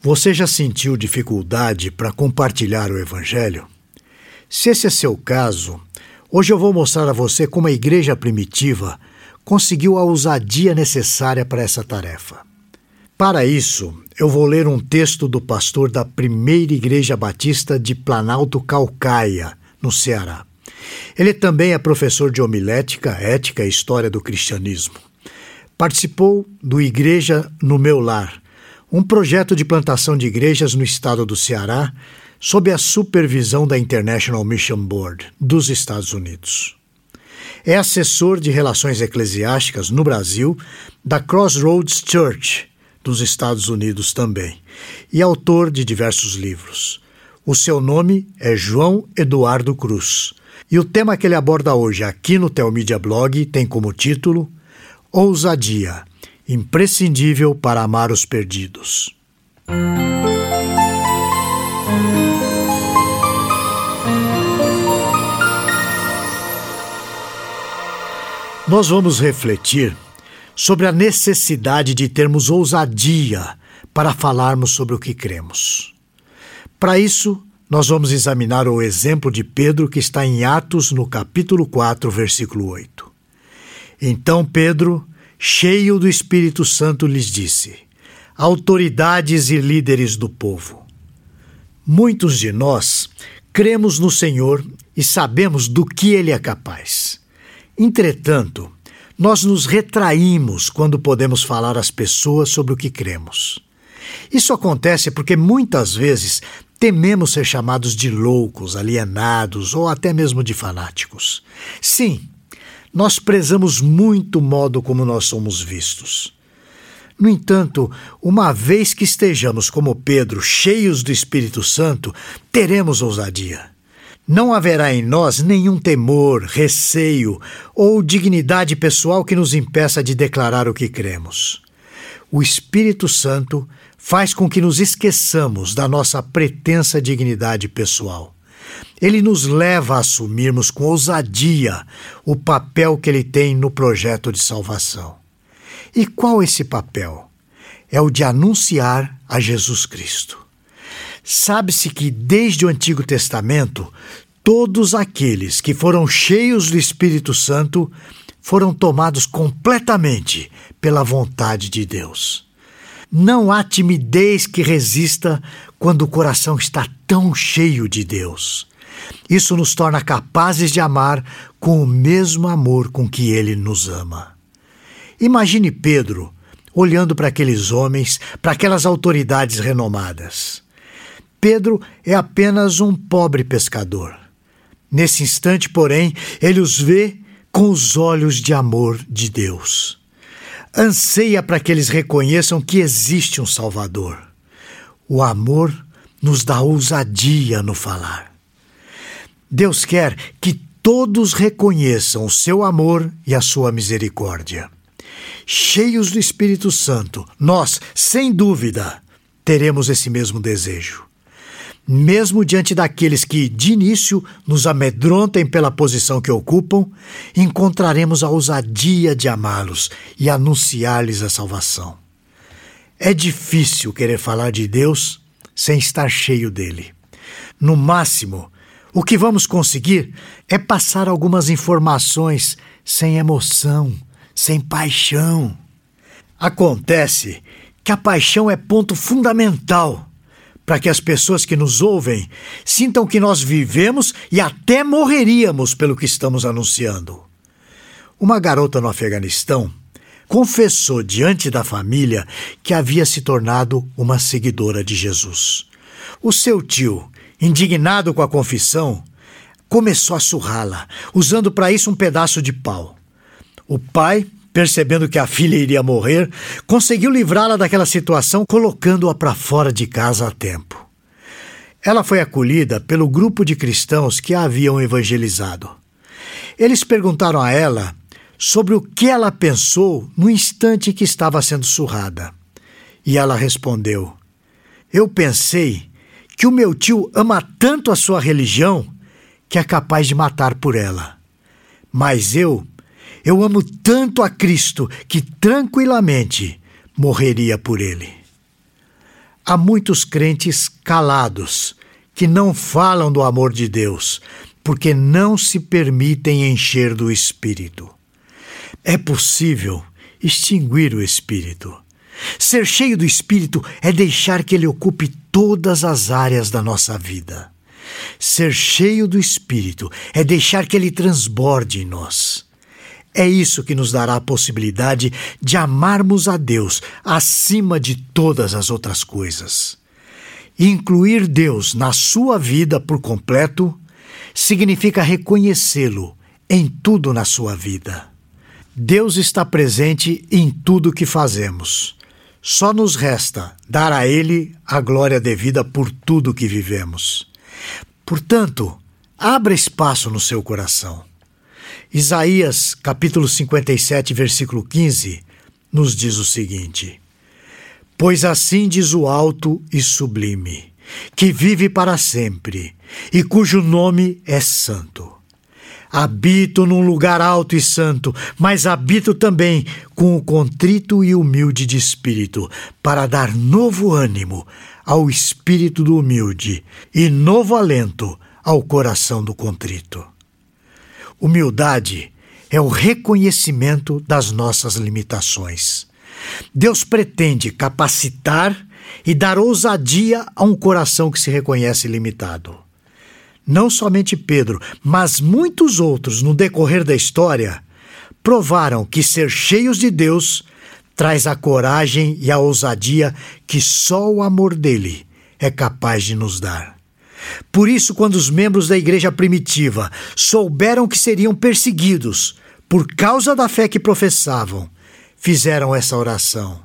Você já sentiu dificuldade para compartilhar o Evangelho? Se esse é seu caso, hoje eu vou mostrar a você como a igreja primitiva conseguiu a ousadia necessária para essa tarefa. Para isso, eu vou ler um texto do pastor da primeira igreja batista de Planalto Caucaia, no Ceará. Ele também é professor de homilética, ética e história do cristianismo. Participou do Igreja no Meu Lar, um projeto de plantação de igrejas no estado do Ceará, sob a supervisão da International Mission Board dos Estados Unidos. É assessor de relações eclesiásticas no Brasil da Crossroads Church, dos Estados Unidos também, e autor de diversos livros. O seu nome é João Eduardo Cruz, e o tema que ele aborda hoje aqui no Teomídia Blog tem como título Ousadia, imprescindível para amar os perdidos. Nós vamos refletir sobre a necessidade de termos ousadia para falarmos sobre o que cremos. Para isso, nós vamos examinar o exemplo de Pedro que está em Atos, no capítulo 4, versículo 8. Então Pedro, cheio do Espírito Santo, lhes disse: autoridades e líderes do povo. Muitos de nós cremos no Senhor e sabemos do que Ele é capaz. Entretanto, nós nos retraímos quando podemos falar às pessoas sobre o que cremos. Isso acontece porque muitas vezes tememos ser chamados de loucos, alienados ou até mesmo de fanáticos. Sim, nós prezamos muito o modo como nós somos vistos. No entanto, uma vez que estejamos como Pedro, cheios do Espírito Santo, teremos ousadia. Não haverá em nós nenhum temor, receio ou dignidade pessoal que nos impeça de declarar o que cremos. O Espírito Santo faz com que nos esqueçamos da nossa pretensa dignidade pessoal. Ele nos leva a assumirmos com ousadia o papel que ele tem no projeto de salvação. E qual esse papel? É o de anunciar a Jesus Cristo. Sabe-se que desde o Antigo Testamento, todos aqueles que foram cheios do Espírito Santo foram tomados completamente pela vontade de Deus. Não há timidez que resista quando o coração está tão cheio de Deus. Isso nos torna capazes de amar com o mesmo amor com que Ele nos ama. Imagine Pedro olhando para aqueles homens, para aquelas autoridades renomadas. Pedro é apenas um pobre pescador. Nesse instante, porém, ele os vê com os olhos de amor de Deus. Anseia para que eles reconheçam que existe um Salvador. O amor nos dá ousadia no falar. Deus quer que todos reconheçam o seu amor e a sua misericórdia. Cheios do Espírito Santo, nós, sem dúvida, teremos esse mesmo desejo. Mesmo diante daqueles que, de início, nos amedrontem pela posição que ocupam, encontraremos a ousadia de amá-los e anunciar-lhes a salvação. É difícil querer falar de Deus sem estar cheio dele. No máximo, o que vamos conseguir é passar algumas informações sem emoção, sem paixão. Acontece que a paixão é ponto fundamental para que as pessoas que nos ouvem sintam que nós vivemos e até morreríamos pelo que estamos anunciando. Uma garota no Afeganistão confessou diante da família que havia se tornado uma seguidora de Jesus. O seu tio, indignado com a confissão, começou a surrá-la, usando para isso um pedaço de pau. O pai, percebendo que a filha iria morrer, conseguiu livrá-la daquela situação, colocando-a para fora de casa a tempo. Ela foi acolhida pelo grupo de cristãos que a haviam evangelizado. Eles perguntaram a ela sobre o que ela pensou no instante que estava sendo surrada. E ela respondeu: eu pensei que o meu tio ama tanto a sua religião que é capaz de matar por ela. Mas eu amo tanto a Cristo que tranquilamente morreria por ele. Há muitos crentes calados que não falam do amor de Deus porque não se permitem encher do Espírito. É possível extinguir o Espírito. Ser cheio do Espírito é deixar que ele ocupe todas as áreas da nossa vida. Ser cheio do Espírito é deixar que ele transborde em nós. É isso que nos dará a possibilidade de amarmos a Deus acima de todas as outras coisas. Incluir Deus na sua vida por completo significa reconhecê-lo em tudo na sua vida. Deus está presente em tudo que fazemos. Só nos resta dar a Ele a glória devida por tudo que vivemos. Portanto, abra espaço no seu coração. Isaías, capítulo 57, versículo 15, nos diz o seguinte: Pois assim diz o alto e sublime, que vive para sempre, e cujo nome é santo. Habito num lugar alto e santo, mas habito também com o contrito e humilde de espírito, para dar novo ânimo ao espírito do humilde e novo alento ao coração do contrito. Humildade é o reconhecimento das nossas limitações. Deus pretende capacitar e dar ousadia a um coração que se reconhece limitado. Não somente Pedro, mas muitos outros no decorrer da história provaram que ser cheios de Deus traz a coragem e a ousadia que só o amor dele é capaz de nos dar. Por isso, quando os membros da igreja primitiva souberam que seriam perseguidos por causa da fé que professavam, fizeram essa oração: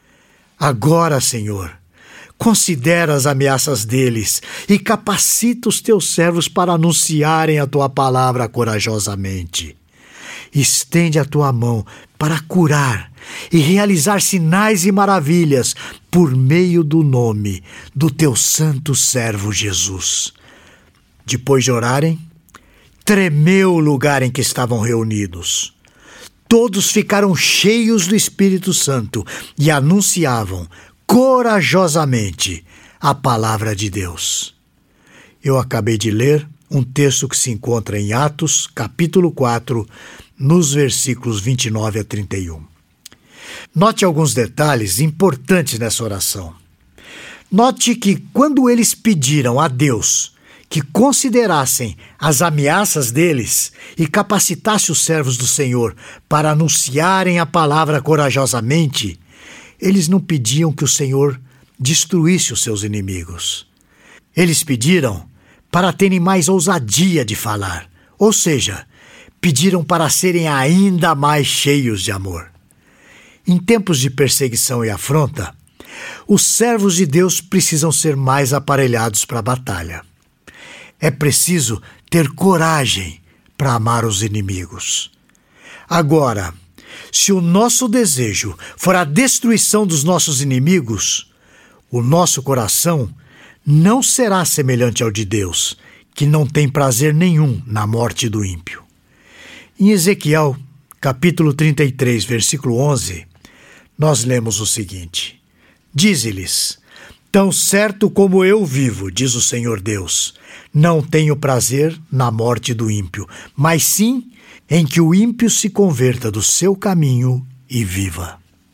Agora, Senhor, considera as ameaças deles e capacita os teus servos para anunciarem a tua palavra corajosamente. Estende a tua mão para curar e realizar sinais e maravilhas por meio do nome do teu santo servo Jesus. Depois de orarem, tremeu o lugar em que estavam reunidos. Todos ficaram cheios do Espírito Santo e anunciavam corajosamente a palavra de Deus. Eu acabei de ler um texto que se encontra em Atos, capítulo 4, nos versículos 29 a 31. Note alguns detalhes importantes nessa oração. Note que quando eles pediram a Deus que considerassem as ameaças deles e capacitasse os servos do Senhor para anunciarem a palavra corajosamente, eles não pediam que o Senhor destruísse os seus inimigos. Eles pediram para terem mais ousadia de falar, ou seja, pediram para serem ainda mais cheios de amor. Em tempos de perseguição e afronta, os servos de Deus precisam ser mais aparelhados para a batalha. É preciso ter coragem para amar os inimigos. Agora, se o nosso desejo for a destruição dos nossos inimigos, o nosso coração não será semelhante ao de Deus, que não tem prazer nenhum na morte do ímpio. Em Ezequiel, capítulo 33, versículo 11, nós lemos o seguinte: Dize-lhes: Tão certo como eu vivo, diz o Senhor Deus, não tenho prazer na morte do ímpio, mas sim em que o ímpio se converta do seu caminho e viva.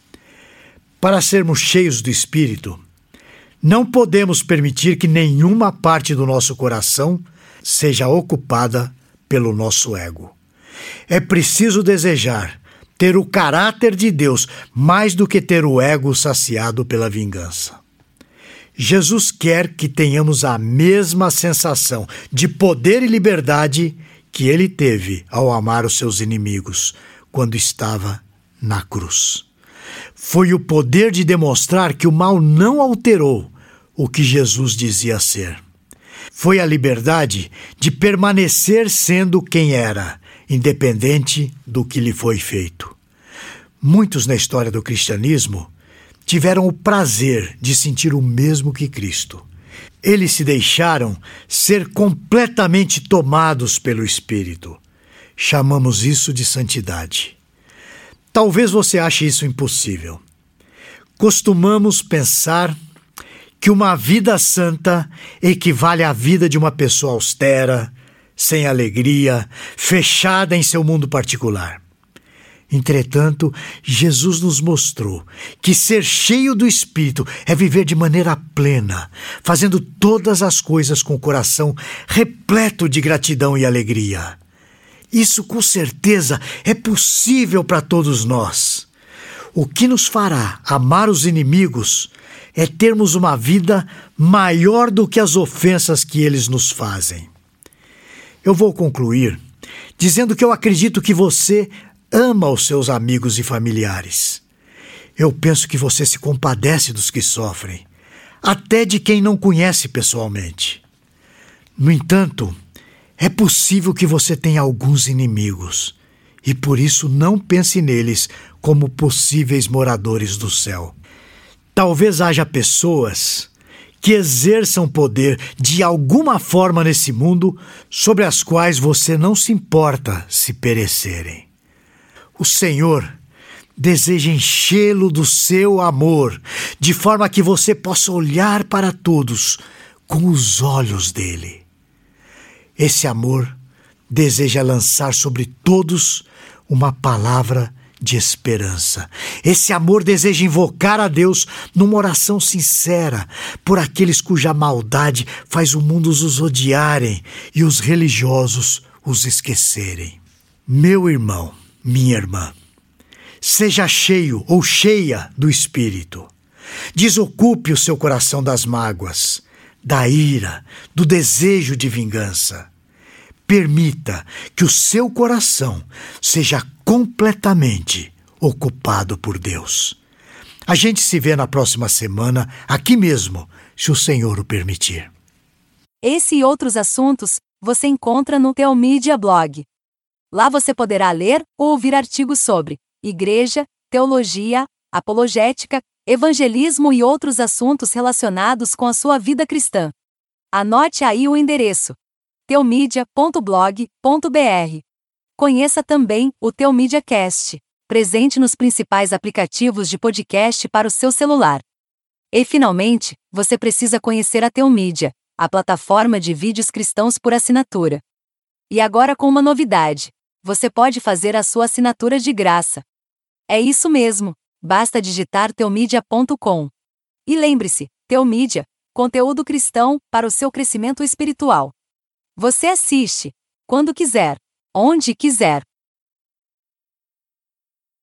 Para sermos cheios do Espírito, não podemos permitir que nenhuma parte do nosso coração seja ocupada pelo nosso ego. É preciso desejar ter o caráter de Deus mais do que ter o ego saciado pela vingança. Jesus quer que tenhamos a mesma sensação de poder e liberdade que ele teve ao amar os seus inimigos quando estava na cruz. Foi o poder de demonstrar que o mal não alterou o que Jesus dizia ser. Foi a liberdade de permanecer sendo quem era, independente do que lhe foi feito. Muitos na história do cristianismo tiveram o prazer de sentir o mesmo que Cristo. Eles se deixaram ser completamente tomados pelo Espírito. Chamamos isso de santidade. Talvez você ache isso impossível. Costumamos pensar que uma vida santa equivale à vida de uma pessoa austera, sem alegria, fechada em seu mundo particular. Entretanto, Jesus nos mostrou que ser cheio do Espírito é viver de maneira plena, fazendo todas as coisas com o coração repleto de gratidão e alegria. Isso, com certeza, é possível para todos nós. O que nos fará amar os inimigos é termos uma vida maior do que as ofensas que eles nos fazem. Eu vou concluir dizendo que eu acredito que você ama os seus amigos e familiares. Eu penso que você se compadece dos que sofrem, até de quem não conhece pessoalmente. No entanto, é possível que você tenha alguns inimigos, e por isso não pense neles como possíveis moradores do céu. Talvez haja pessoas que exerçam poder de alguma forma nesse mundo sobre as quais você não se importa se perecerem. O Senhor deseja enchê-lo do seu amor, de forma que você possa olhar para todos com os olhos dele. Esse amor deseja lançar sobre todos uma palavra de esperança. Esse amor deseja invocar a Deus numa oração sincera por aqueles cuja maldade faz o mundo os odiarem e os religiosos os esquecerem. Meu irmão, minha irmã, seja cheio ou cheia do Espírito. Desocupe o seu coração das mágoas, da ira, do desejo de vingança. Permita que o seu coração seja completamente ocupado por Deus. A gente se vê na próxima semana, aqui mesmo, se o Senhor o permitir. Esse e outros assuntos você encontra no Teomídia Blog. Lá você poderá ler ou ouvir artigos sobre igreja, teologia, apologética, evangelismo e outros assuntos relacionados com a sua vida cristã. Anote aí o endereço: teomídia.blog.br. Conheça também o Teomídia Cast, presente nos principais aplicativos de podcast para o seu celular. E finalmente, você precisa conhecer a Teomídia, a plataforma de vídeos cristãos por assinatura. E agora com uma novidade: você pode fazer a sua assinatura de graça. É isso mesmo, basta digitar teomídia.com. E lembre-se, Teomídia, conteúdo cristão para o seu crescimento espiritual. Você assiste, quando quiser, onde quiser,